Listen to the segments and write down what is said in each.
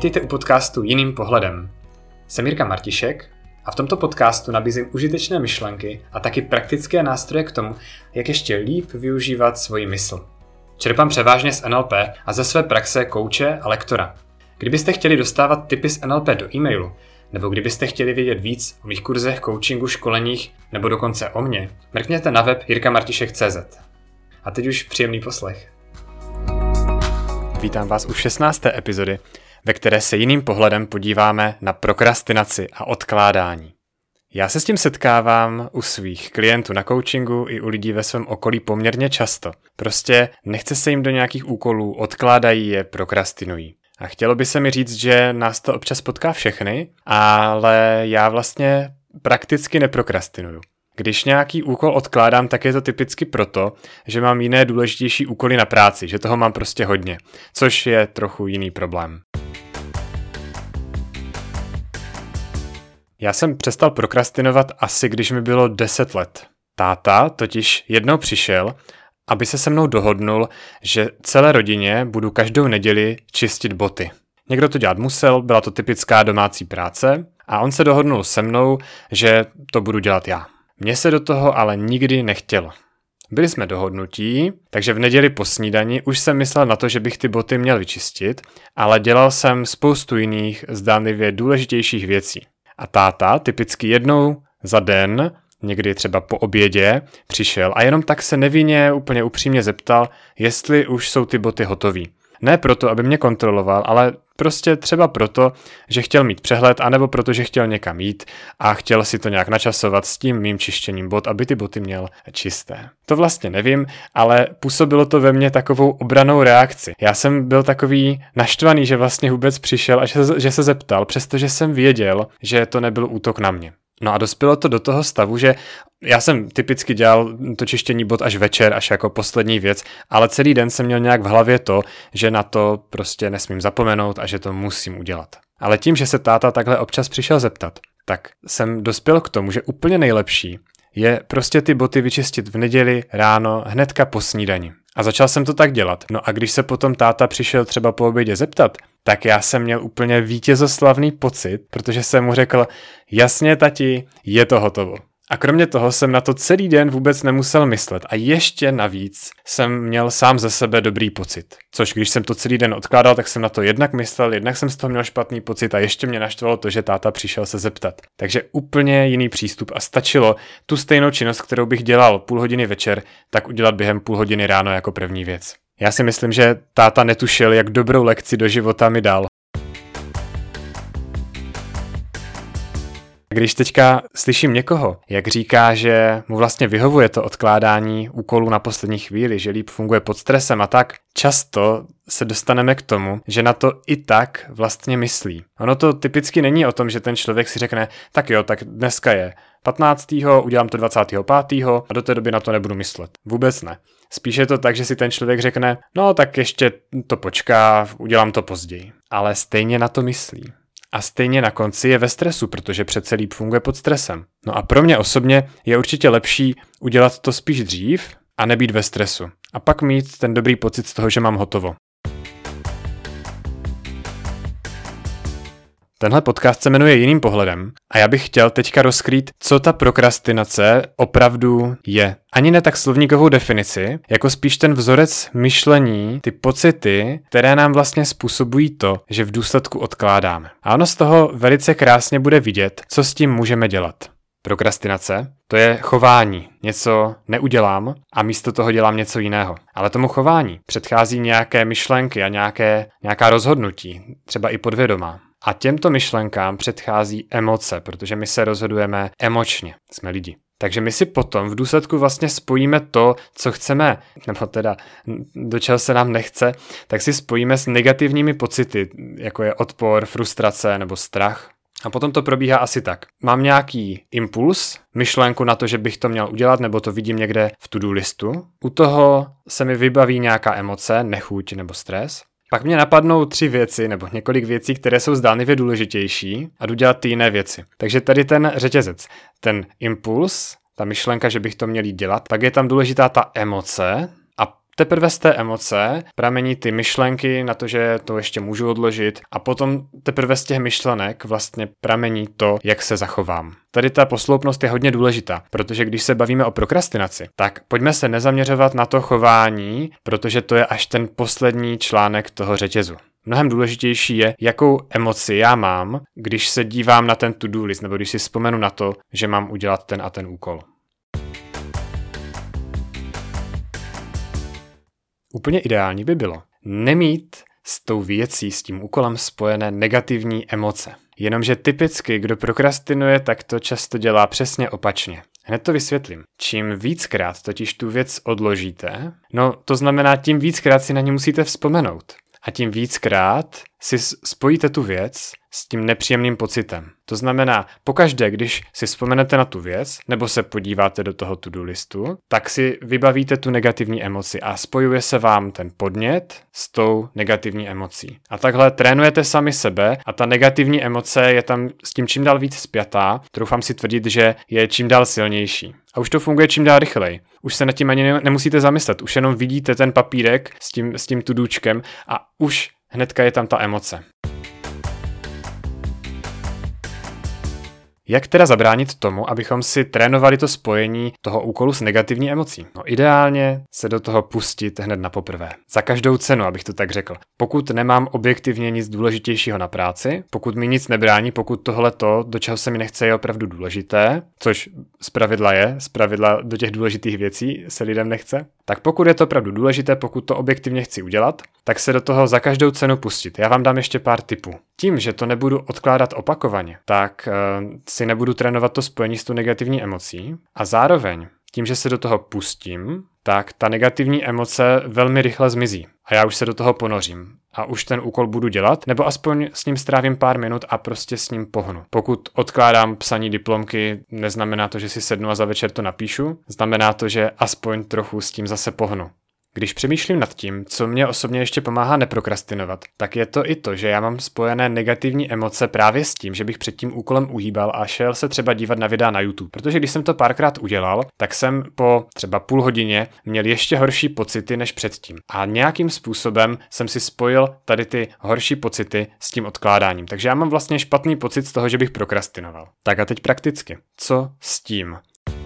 Vítejte u podcastu Jiným pohledem. Jsem Jirka Martišek a v tomto podcastu nabízím užitečné myšlenky a taky praktické nástroje k tomu, jak ještě líp využívat svoji mysl. Čerpám převážně z NLP a ze své praxe kouče a lektora. Kdybyste chtěli dostávat tipy z NLP do e-mailu, nebo kdybyste chtěli vědět víc o mých kurzech, coachingu, školeních, nebo dokonce o mně, mrkněte na web jirkamartišek.cz. A teď už příjemný poslech. Vítám vás u 16. epizody, ve které se jiným pohledem podíváme na prokrastinaci a odkládání. Já se s tím setkávám u svých klientů na coachingu i u lidí ve svém okolí poměrně často. Prostě nechce se jim do nějakých úkolů, odkládají je, prokrastinují. A chtělo by se mi říct, že nás to občas potká všechny, ale já vlastně prakticky neprokrastinuju. Když nějaký úkol odkládám, tak je to typicky proto, že mám jiné důležitější úkoly na práci, že toho mám prostě hodně, což je trochu jiný problém. Já jsem přestal prokrastinovat asi, když mi bylo 10 let. Táta totiž jednou přišel, aby se mnou dohodnul, že celé rodině budu každou neděli čistit boty. Někdo to dělat musel, byla to typická domácí práce a on se dohodnul se mnou, že to budu dělat já. Mně se do toho ale nikdy nechtělo. Byli jsme dohodnutí, takže v neděli po snídani už jsem myslel na to, že bych ty boty měl vyčistit, ale dělal jsem spoustu jiných zdánlivě důležitějších věcí. A táta typicky jednou za den, někdy třeba po obědě, přišel a jenom tak se nevinně úplně upřímně zeptal, jestli už jsou ty boty hotový. Ne proto, aby mě kontroloval, ale prostě třeba proto, že chtěl mít přehled, anebo proto, že chtěl někam jít a chtěl si to nějak načasovat s tím mým čištěním bot, aby ty boty měl čisté. To vlastně nevím, ale působilo to ve mně takovou obrannou reakci. Já jsem byl takový naštvaný, že vlastně vůbec přišel a že se zeptal, přestože jsem věděl, že to nebyl útok na mě. No a dospělo to do toho stavu, že já jsem typicky dělal to čištění bot až večer, až jako poslední věc, ale celý den jsem měl nějak v hlavě to, že na to prostě nesmím zapomenout a že to musím udělat. Ale tím, že se táta takhle občas přišel zeptat, tak jsem dospěl k tomu, že úplně nejlepší je prostě ty boty vyčistit v neděli ráno hnedka po snídani. A začal jsem to tak dělat. No a když se potom táta přišel třeba po obědě zeptat, tak já jsem měl úplně vítězoslavný pocit, protože jsem mu řekl, jasně tati, je to hotovo. A kromě toho jsem na to celý den vůbec nemusel myslet a ještě navíc jsem měl sám ze sebe dobrý pocit. Což když jsem to celý den odkládal, tak jsem na to jednak myslel, jednak jsem z toho měl špatný pocit a ještě mě naštvalo to, že táta přišel se zeptat. Takže úplně jiný přístup a stačilo tu stejnou činnost, kterou bych dělal půl hodiny večer, tak udělat během půl hodiny ráno jako první věc. Já si myslím, že táta netušil, jak dobrou lekci do života mi dal. Když teďka slyším někoho, jak říká, že mu vlastně vyhovuje to odkládání úkolů na poslední chvíli, že líp funguje pod stresem a tak, často se dostaneme k tomu, že na to i tak vlastně myslí. Ono to typicky není o tom, že ten člověk si řekne, tak jo, tak dneska je 15. udělám to 25. a do té doby na to nebudu myslet. Vůbec ne. Spíš je to tak, že si ten člověk řekne, no tak ještě to počká, udělám to později. Ale stejně na to myslí. A stejně na konci je ve stresu, protože přece líp funguje pod stresem. No a pro mě osobně je určitě lepší udělat to spíš dřív a nebýt ve stresu. A pak mít ten dobrý pocit z toho, že mám hotovo. Tenhle podcast se jmenuje Jiným pohledem a já bych chtěl teďka rozkrýt, co ta prokrastinace opravdu je. Ani ne tak slovníkovou definici, jako spíš ten vzorec myšlení, ty pocity, které nám vlastně způsobují to, že v důsledku odkládáme. A ono z toho velice krásně bude vidět, co s tím můžeme dělat. Prokrastinace, to je chování. Něco neudělám a místo toho dělám něco jiného. Ale tomu chování předchází nějaké myšlenky a nějaká rozhodnutí, třeba i podvědomá. A těmto myšlenkám předchází emoce, protože my se rozhodujeme emočně, jsme lidi. Takže my si potom v důsledku vlastně spojíme to, co chceme, nebo teda do čeho se nám nechce, tak si spojíme s negativními pocity, jako je odpor, frustrace nebo strach. A potom to probíhá asi tak. Mám nějaký impuls, myšlenku na to, že bych to měl udělat, nebo to vidím někde v to-do listu. U toho se mi vybaví nějaká emoce, nechuť nebo stres. Pak mě napadnou 3 věci nebo několik věcí, které jsou zdánlivě důležitější a jdu dělat ty jiné věci. Takže tady ten řetězec, ten impuls, ta myšlenka, že bych to měl jít dělat, pak je tam důležitá ta emoce a Teprve z té emoce pramení ty myšlenky na to, že to ještě můžu odložit a potom teprve z těch myšlenek vlastně pramení to, jak se zachovám. Tady ta posloupnost je hodně důležitá, protože když se bavíme o prokrastinaci, tak pojďme se nezaměřovat na to chování, protože to je až ten poslední článek toho řetězu. Mnohem důležitější je, jakou emoci já mám, když se dívám na ten to-do list, nebo když si vzpomenu na to, že mám udělat ten a ten úkol. Úplně ideální by bylo nemít s tou věcí, s tím úkolem spojené negativní emoce. Jenomže typicky, kdo prokrastinuje, tak to často dělá přesně opačně. Hned to vysvětlím. Čím víckrát totiž tu věc odložíte, no to znamená, tím víckrát si na ní musíte vzpomenout. A tím víckrát si spojíte tu věc s tím nepříjemným pocitem. To znamená, pokaždé, když si vzpomenete na tu věc, nebo se podíváte do toho to-do listu, tak si vybavíte tu negativní emoci a spojuje se vám ten podnět s tou negativní emocí. A takhle trénujete sami sebe a ta negativní emoce je tam s tím čím dál víc spjatá, troufám si tvrdit, že je čím dál silnější. A už to funguje čím dál rychleji. Už se nad tím ani nemusíte zamyslet, už jenom vidíte ten papírek s tím to-dočkem a už hnedka je tam ta emoce. Jak teda zabránit tomu, abychom si trénovali to spojení toho úkolu s negativní emocí? No ideálně se do toho pustit hned na poprvé. Za každou cenu, abych to tak řekl. Pokud nemám objektivně nic důležitějšího na práci, pokud mi nic nebrání, pokud tohleto, do čeho se mi nechce, je opravdu důležité, což zpravidla do těch důležitých věcí se lidem nechce, tak pokud je to opravdu důležité, pokud to objektivně chci udělat, tak se do toho za každou cenu pustit. Já vám dám ještě pár tipů. Tím, že to nebudu odkládat opakovaně, tak si nebudu trénovat to spojení s tou negativní emocí a zároveň tím, že se do toho pustím, tak ta negativní emoce velmi rychle zmizí a já už se do toho ponořím a už ten úkol budu dělat, nebo aspoň s ním strávím pár minut a prostě s ním pohnu. Pokud odkládám psaní diplomky, neznamená to, že si sednu a za večer to napíšu, znamená to, že aspoň trochu s tím zase pohnu. Když přemýšlím nad tím, co mě osobně ještě pomáhá neprokrastinovat, tak je to i to, že já mám spojené negativní emoce právě s tím, že bych před tím úkolem uhýbal a šel se třeba dívat na videa na YouTube. Protože když jsem to párkrát udělal, tak jsem po třeba půl hodině měl ještě horší pocity než předtím. A nějakým způsobem jsem si spojil tady ty horší pocity s tím odkládáním. Takže já mám vlastně špatný pocit z toho, že bych prokrastinoval. Tak a teď prakticky. Co s tím?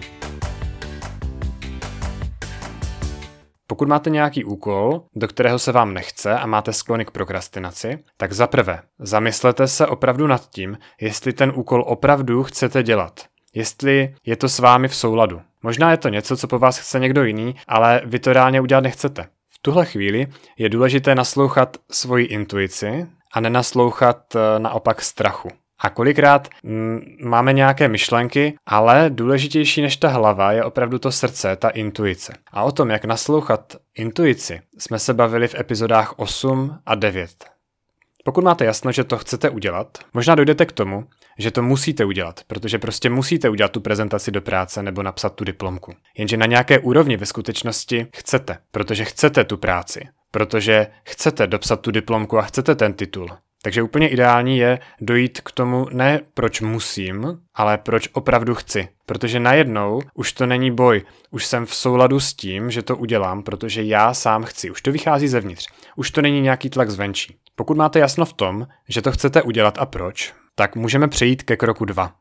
Pokud máte nějaký úkol, do kterého se vám nechce a máte sklony k prokrastinaci, tak zaprvé zamyslete se opravdu nad tím, jestli ten úkol opravdu chcete dělat. Jestli je to s vámi v souladu. Možná je to něco, co po vás chce někdo jiný, ale vy to reálně udělat nechcete. V tuhle chvíli je důležité naslouchat svoji intuici a nenaslouchat naopak strachu. A kolikrát máme nějaké myšlenky, ale důležitější než ta hlava je opravdu to srdce, ta intuice. A o tom, jak naslouchat intuici, jsme se bavili v epizodách 8 a 9. Pokud máte jasno, že to chcete udělat, možná dojdete k tomu, že to musíte udělat, protože prostě musíte udělat tu prezentaci do práce nebo napsat tu diplomku. Jenže na nějaké úrovni ve skutečnosti chcete, protože chcete tu práci, protože chcete dopsat tu diplomku a chcete ten titul. Takže úplně ideální je dojít k tomu ne proč musím, ale proč opravdu chci. Protože najednou už to není boj, už jsem v souladu s tím, že to udělám, protože já sám chci. Už to vychází zevnitř, už to není nějaký tlak zvenčí. Pokud máte jasno v tom, že to chcete udělat a proč, tak můžeme přejít ke kroku 2.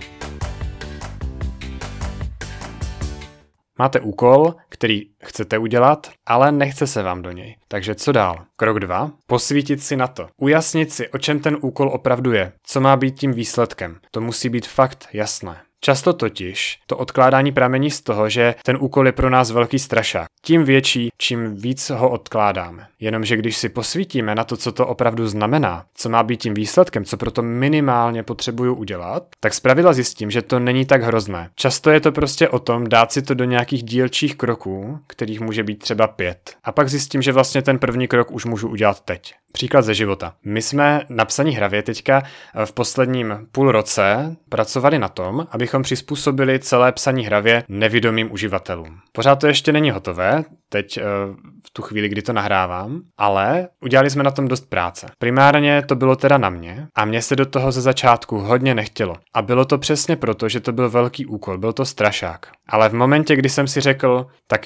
Máte úkol, který chcete udělat, ale nechce se vám do něj. Takže co dál? Krok 2. Posvítit si na to. Ujasnit si, o čem ten úkol opravdu je. Co má být tím výsledkem. To musí být fakt jasné. Často totiž to odkládání pramení z toho, že ten úkol je pro nás velký strašák. Tím větší, čím víc ho odkládáme. Jenomže když si posvítíme na to, co to opravdu znamená, co má být tím výsledkem, co proto minimálně potřebuju udělat, tak zpravidla zjistím, že to není tak hrozné. Často je to prostě o tom dát si to do nějakých dílčích kroků, kterých může být třeba 5. A pak zjistím, že vlastně ten první krok už můžu udělat teď. Příklad ze života. My jsme na psaní hravě teďka v posledním půl roce pracovali na tom, abychom přizpůsobili celé psaní hravě nevidomým uživatelům. Pořád to ještě není hotové, teď v tu chvíli, kdy to nahrávám, ale udělali jsme na tom dost práce. Primárně to bylo teda na mě a mně se do toho ze začátku hodně nechtělo. A bylo to přesně proto, že to byl velký úkol, byl to strašák. Ale v momentě, kdy jsem si řekl, tak jo,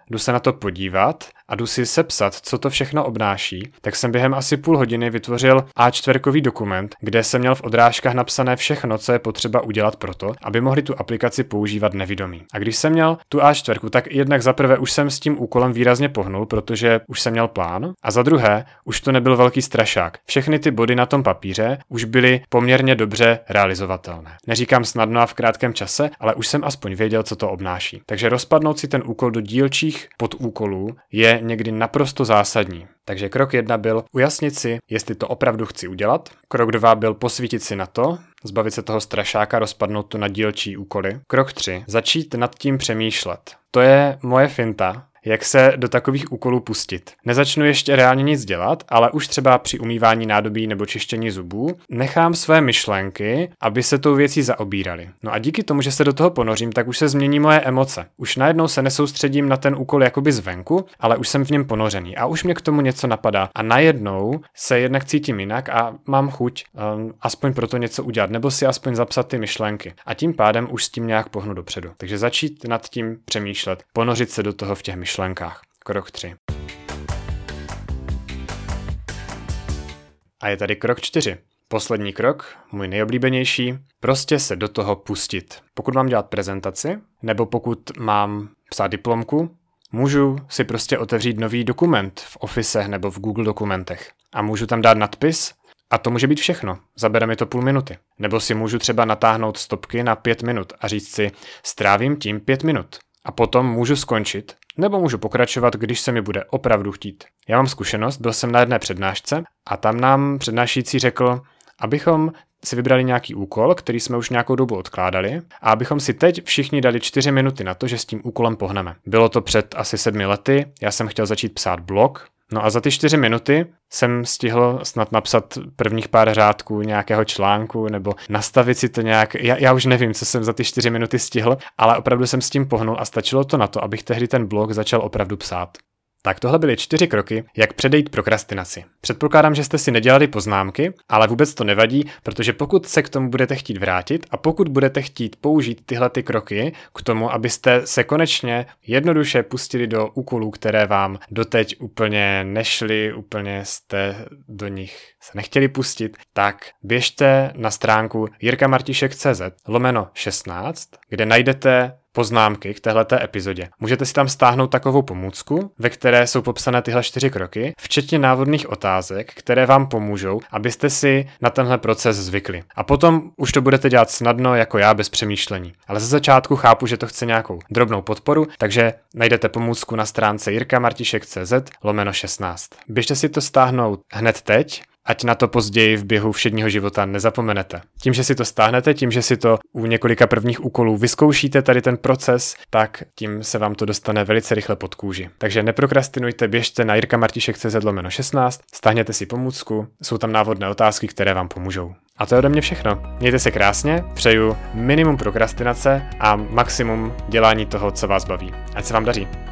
jdu se na to podívat a jdu si sepsat, co to všechno obnáší, tak jsem během asi půl hodiny vytvořil A4 dokument, kde jsem měl v odrážkách napsané všechno, co je potřeba udělat proto, aby mohli tu aplikaci používat nevidomí. A když jsem měl tu A4, tak jednak za prvé už jsem s tím úkolem výrazně pohnul, protože už jsem měl plán, a za druhé už to nebyl velký strašák. Všechny ty body na tom papíře už byly poměrně dobře realizovatelné. Neříkám snadno a v krátkém čase, ale už jsem aspoň věděl, co to obnáší. Takže rozpadnout si ten úkol do dílčích podúkolů je někdy naprosto zásadní. Takže krok 1 byl ujasnit si, jestli to opravdu chci udělat. Krok 2 byl posvítit si na to, zbavit se toho strašáka, rozpadnout to na dílčí úkoly. Krok 3, začít nad tím přemýšlet. To je moje finta, jak se do takových úkolů pustit. Nezačnu ještě reálně nic dělat, ale už třeba při umývání nádobí nebo čištění zubů nechám své myšlenky, aby se tou věcí zaobíraly. No a díky tomu, že se do toho ponořím, tak už se změní moje emoce. Už najednou se nesoustředím na ten úkol jakoby zvenku, ale už jsem v něm ponořený a už mě k tomu něco napadá. A najednou se jednak cítím jinak a mám chuť aspoň pro to něco udělat, nebo si aspoň zapsat ty myšlenky. A tím pádem už s tím nějak pohnu dopředu. Takže začít nad tím přemýšlet, ponořit se do toho v těch myšlenkách. Krok 3. A je tady krok 4. Poslední krok, můj nejoblíbenější, prostě se do toho pustit. Pokud mám dělat prezentaci, nebo pokud mám psát diplomku, můžu si prostě otevřít nový dokument v Office nebo v Google dokumentech a můžu tam dát nadpis a to může být všechno. Zabere mi to půl minuty. Nebo si můžu třeba natáhnout stopky na 5 minut a říct si, strávím tím 5 minut. A potom můžu skončit, nebo můžu pokračovat, když se mi bude opravdu chtít. Já mám zkušenost, byl jsem na jedné přednášce a tam nám přednášící řekl, abychom si vybrali nějaký úkol, který jsme už nějakou dobu odkládali, a abychom si teď všichni dali 4 minuty na to, že s tím úkolem pohneme. Bylo to před asi 7 lety, já jsem chtěl začít psát blog, no a za ty 4 minuty jsem stihl snad napsat prvních pár řádků nějakého článku nebo nastavit si to nějak, já už nevím, co jsem za ty 4 minuty stihl, ale opravdu jsem s tím pohnul a stačilo to na to, abych tehdy ten blog začal opravdu psát. Tak tohle byly 4 kroky, jak předejít prokrastinaci. Předpokládám, že jste si nedělali poznámky, ale vůbec to nevadí, protože pokud se k tomu budete chtít vrátit a pokud budete chtít použít tyhle ty kroky k tomu, abyste se konečně jednoduše pustili do úkolů, které vám doteď úplně nešly, úplně jste do nich se nechtěli pustit, tak běžte na stránku jirkamartišek.cz/16, kde najdete poznámky k téhleté epizodě. Můžete si tam stáhnout takovou pomůcku, ve které jsou popsané tyhle 4 kroky, včetně návodných otázek, které vám pomůžou, abyste si na tenhle proces zvykli. A potom už to budete dělat snadno jako já, bez přemýšlení. Ale ze začátku chápu, že to chce nějakou drobnou podporu, takže najdete pomůcku na stránce jirkamartišek.cz/16. Běžte si to stáhnout hned teď, ať na to později v běhu všedního života nezapomenete. Tím, že si to stáhnete, tím, že si to u několika prvních úkolů vyzkoušíte tady ten proces, tak tím se vám to dostane velice rychle pod kůži. Takže neprokrastinujte, běžte na jirkamartišek.cz/16, stáhněte si pomůcku, jsou tam návodné otázky, které vám pomůžou. A to je ode mě všechno. Mějte se krásně, přeju minimum prokrastinace a maximum dělání toho, co vás baví. Ať se vám daří.